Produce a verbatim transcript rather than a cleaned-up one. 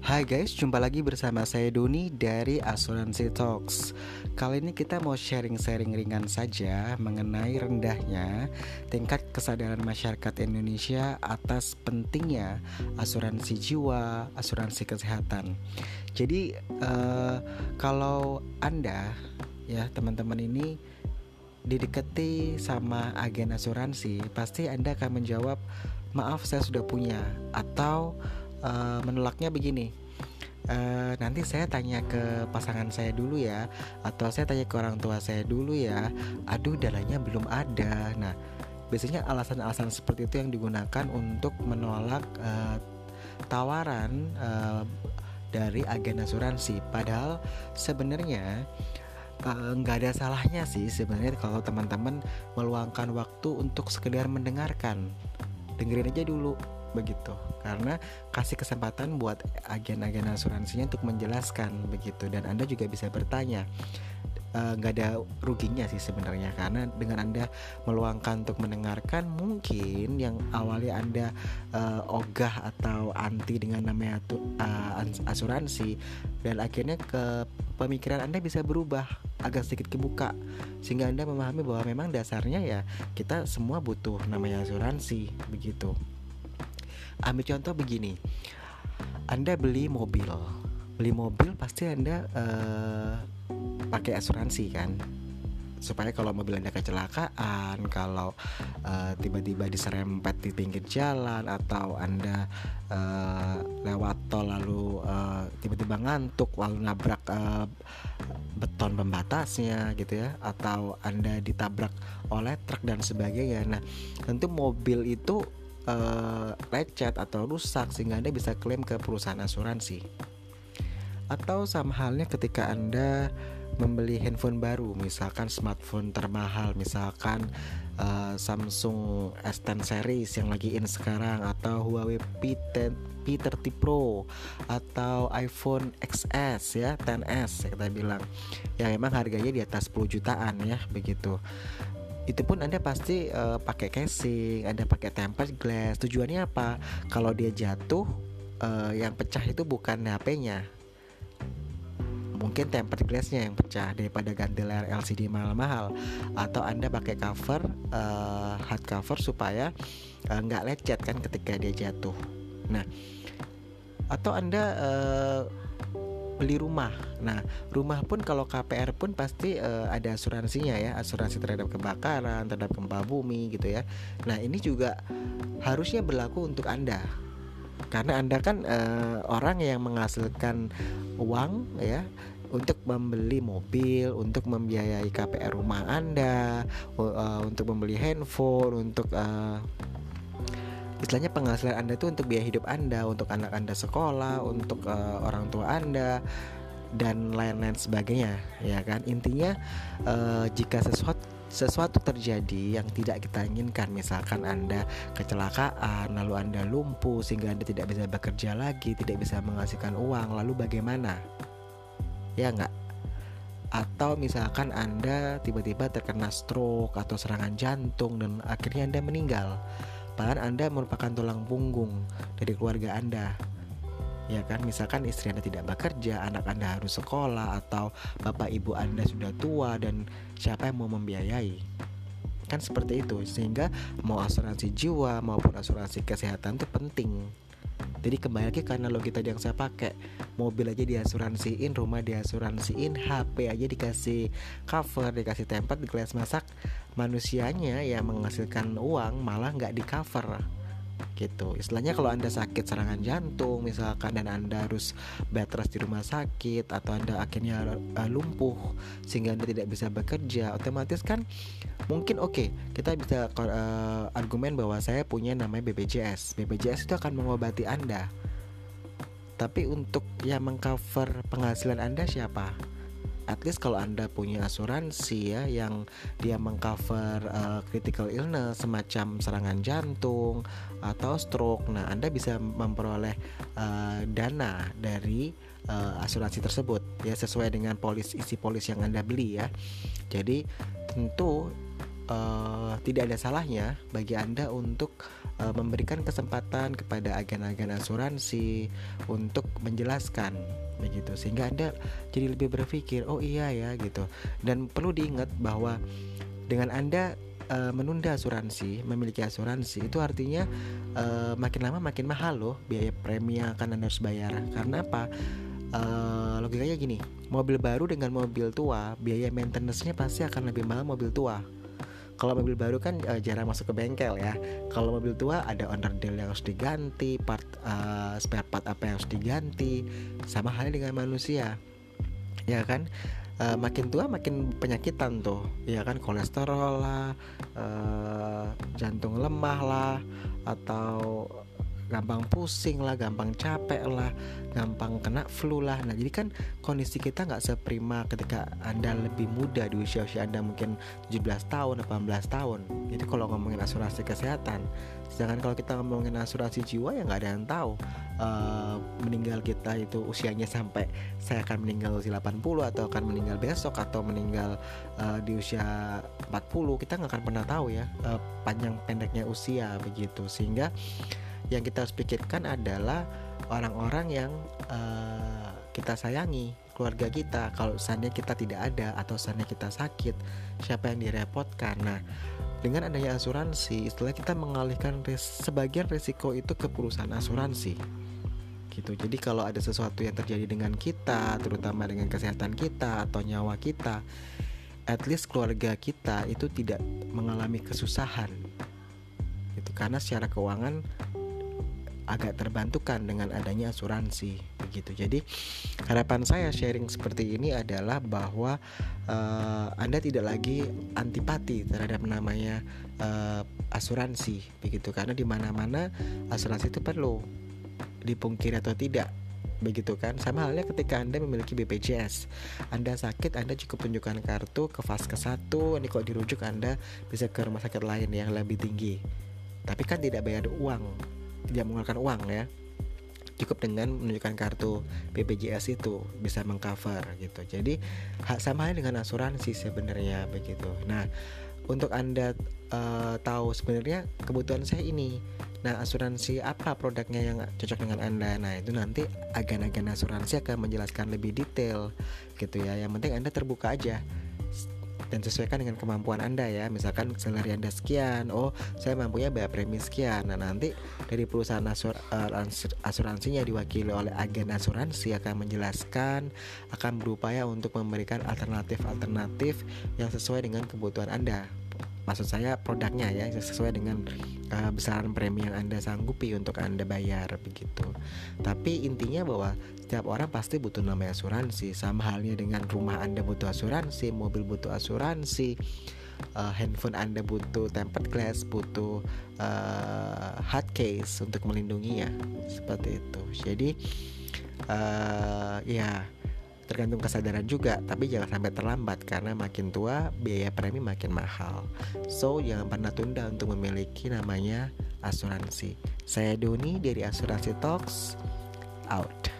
Hai guys, jumpa lagi bersama saya Doni dari Asuransi Talks. Kali ini kita mau sharing-sharing ringan saja mengenai rendahnya tingkat kesadaran masyarakat Indonesia atas pentingnya asuransi jiwa, asuransi kesehatan. Jadi eh, kalau Anda ya teman-teman ini didekati sama agen asuransi, pasti Anda akan menjawab, maaf saya sudah punya, atau uh, menolaknya begini, Uh, nanti saya tanya ke pasangan saya dulu ya, atau saya tanya ke orang tua saya dulu ya. Aduh, dananya belum ada. Nah, biasanya alasan-alasan seperti itu yang digunakan untuk menolak uh, tawaran uh, dari agen asuransi. Padahal sebenarnya nggak uh, ada salahnya sih sebenarnya kalau teman-teman meluangkan waktu untuk sekedar mendengarkan. Dengerin aja dulu begitu, karena kasih kesempatan buat agen-agen asuransinya untuk menjelaskan begitu, dan Anda juga bisa bertanya. Nggak uh, ada ruginya sih sebenarnya, karena dengan Anda meluangkan untuk mendengarkan, mungkin yang awalnya Anda uh, ogah atau anti dengan namanya uh, asuransi, dan akhirnya ke pemikiran Anda bisa berubah, agak sedikit kebuka, sehingga Anda memahami bahwa memang dasarnya ya kita semua butuh namanya asuransi begitu. Ambil contoh begini, Anda beli mobil, beli mobil pasti Anda uh, pakai asuransi kan, supaya kalau mobil Anda kecelakaan, kalau uh, tiba-tiba diserempet di pinggir jalan, atau Anda uh, lewat tol lalu uh, tiba-tiba ngantuk lalu nabrak uh, beton pembatasnya gitu ya, atau Anda ditabrak oleh truk dan sebagainya. Nah, tentu mobil itu Uh, lecet atau rusak sehingga Anda bisa klaim ke perusahaan asuransi. Atau sama halnya ketika Anda membeli handphone baru, misalkan smartphone termahal, misalkan uh, Samsung S sepuluh series yang lagi in sekarang, atau Huawei P sepuluh P tiga puluh Pro, atau iPhone X S ya, X S ya kita bilang, yang memang harganya di atas sepuluh jutaan ya begitu. Itu pun Anda pasti uh, pakai casing, Anda pakai tempered glass. Tujuannya apa? Kalau dia jatuh, uh, yang pecah itu bukan H P-nya, mungkin tempered glass-nya yang pecah, daripada ganti layar L C D mahal-mahal. Atau Anda pakai cover, uh, hard cover, supaya uh, nggak lecet kan ketika dia jatuh. Nah, atau Anda uh, beli rumah. Nah, rumah pun kalau K P R pun pasti uh, ada asuransinya ya, asuransi terhadap kebakaran, terhadap gempa bumi gitu ya. Nah, ini juga harusnya berlaku untuk Anda, karena Anda kan uh, orang yang menghasilkan uang ya untuk membeli mobil, untuk membiayai K P R rumah Anda, uh, untuk membeli handphone, untuk uh, istilahnya penghasilan Anda itu untuk biaya hidup Anda, untuk anak Anda sekolah, untuk uh, orang tua Anda, dan lain-lain sebagainya ya kan. Intinya uh, jika sesuatu sesuatu terjadi yang tidak kita inginkan, misalkan Anda kecelakaan, lalu Anda lumpuh sehingga Anda tidak bisa bekerja lagi, tidak bisa menghasilkan uang, lalu bagaimana? Ya enggak? Atau misalkan Anda tiba-tiba terkena stroke atau serangan jantung dan akhirnya Anda meninggal, padahal Anda merupakan tulang punggung dari keluarga Anda, ya kan. Misalkan istri Anda tidak bekerja, anak Anda harus sekolah, atau bapak ibu Anda sudah tua dan siapa yang mau membiayai, kan seperti itu. Sehingga mau asuransi jiwa maupun asuransi kesehatan itu penting. Jadi kembali lagi ke analogi tadi yang saya pakai, mobil aja diasuransiin, rumah diasuransiin, H P aja dikasih cover, dikasih tempered glass, masak manusianya yang menghasilkan uang malah nggak di cover gitu. Istilahnya kalau Anda sakit serangan jantung misalkan, dan Anda harus bed rest di rumah sakit, atau Anda akhirnya uh, lumpuh sehingga Anda tidak bisa bekerja, otomatis kan mungkin oke okay, kita bisa uh, argumen bahwa saya punya namanya B P J S. B P J S itu akan mengobati Anda, tapi untuk yang mengcover penghasilan Anda siapa? At least kalau Anda punya asuransi ya yang dia mengcover uh, critical illness semacam serangan jantung atau stroke, nah Anda bisa memperoleh uh, dana dari uh, asuransi tersebut ya, sesuai dengan polis isi polis yang Anda beli ya. Jadi tentu uh, tidak ada salahnya bagi Anda untuk uh, memberikan kesempatan kepada agen-agen asuransi untuk menjelaskan begitu, sehingga Anda jadi lebih berpikir, oh iya ya gitu. Dan perlu diingat bahwa dengan Anda uh, menunda asuransi, memiliki asuransi, itu artinya uh, makin lama makin mahal loh biaya premi yang akan Anda harus bayar. Karena apa? Uh, logikanya gini, mobil baru dengan mobil tua, biaya maintenance-nya pasti akan lebih mahal mobil tua. Kalau mobil baru kan uh, jarang masuk ke bengkel ya. Kalau mobil tua ada onderdil yang harus diganti, part uh, spare part apa yang harus diganti. Sama halnya dengan manusia, ya kan? Uh, makin tua makin penyakitan tuh, ya kan, kolesterol lah, uh, jantung lemah lah, atau gampang pusing lah, gampang capek lah, gampang kena flu lah. Nah jadi kan kondisi kita gak seprima ketika Anda lebih muda, di usia-usia Anda mungkin tujuh belas tahun, delapan belas tahun. Jadi kalau ngomongin asuransi kesehatan. Sedangkan kalau kita ngomongin asuransi jiwa, ya gak ada yang tahu uh, meninggal kita itu usianya sampai saya akan meninggal usia delapan puluh, atau akan meninggal besok, atau meninggal uh, di usia empat puluh. Kita gak akan pernah tahu ya uh, panjang pendeknya usia begitu. Sehingga yang kita harus pikirkan adalah orang-orang yang uh, kita sayangi, keluarga kita. Kalau seandainya kita tidak ada, atau seandainya kita sakit, siapa yang direpotkan? Nah, dengan adanya asuransi, istilah kita mengalihkan res- sebagian risiko itu ke perusahaan asuransi gitu. Jadi kalau ada sesuatu yang terjadi dengan kita, terutama dengan kesehatan kita atau nyawa kita, at least keluarga kita itu tidak mengalami kesusahan gitu, karena secara keuangan agak terbantukan dengan adanya asuransi begitu. Jadi harapan saya sharing seperti ini adalah bahwa uh, Anda tidak lagi antipati terhadap namanya uh, asuransi begitu, karena di mana-mana asuransi itu perlu, dipungkiri atau tidak begitu kan. Sama halnya ketika Anda memiliki B P J S, Anda sakit, Anda cukup tunjukkan kartu ke Vaskes satu, ini kok dirujuk Anda bisa ke rumah sakit lain yang lebih tinggi, tapi kan tidak bayar uang, tidak mengeluarkan uang ya, cukup dengan menunjukkan kartu B P J S itu bisa mengcover gitu. Jadi sama halnya dengan asuransi sebenarnya begitu. Nah, untuk Anda uh, tahu sebenarnya kebutuhan saya ini, nah asuransi apa produknya yang cocok dengan Anda, nah itu nanti agen-agen asuransi akan menjelaskan lebih detail gitu ya. Yang penting Anda terbuka aja dan sesuaikan dengan kemampuan Anda ya. Misalkan salary Anda sekian, oh saya mampunya bayar premi sekian. Nah nanti dari perusahaan asur, uh, asuransinya diwakili oleh agen asuransi akan menjelaskan, akan berupaya untuk memberikan alternatif-alternatif yang sesuai dengan kebutuhan Anda. Maksud saya produknya ya, sesuai dengan uh, besaran premi yang Anda sanggupi untuk Anda bayar begitu. Tapi intinya bahwa setiap orang pasti butuh namanya asuransi. Sama halnya dengan rumah Anda butuh asuransi, mobil butuh asuransi, uh, handphone Anda butuh tempered glass, butuh uh, hard case untuk melindunginya, seperti itu. Jadi uh, ya tergantung kesadaran juga, tapi jangan sampai terlambat karena makin tua biaya premi makin mahal. So jangan pernah tunda untuk memiliki namanya asuransi. Saya Doni dari Asuransi Talks, out.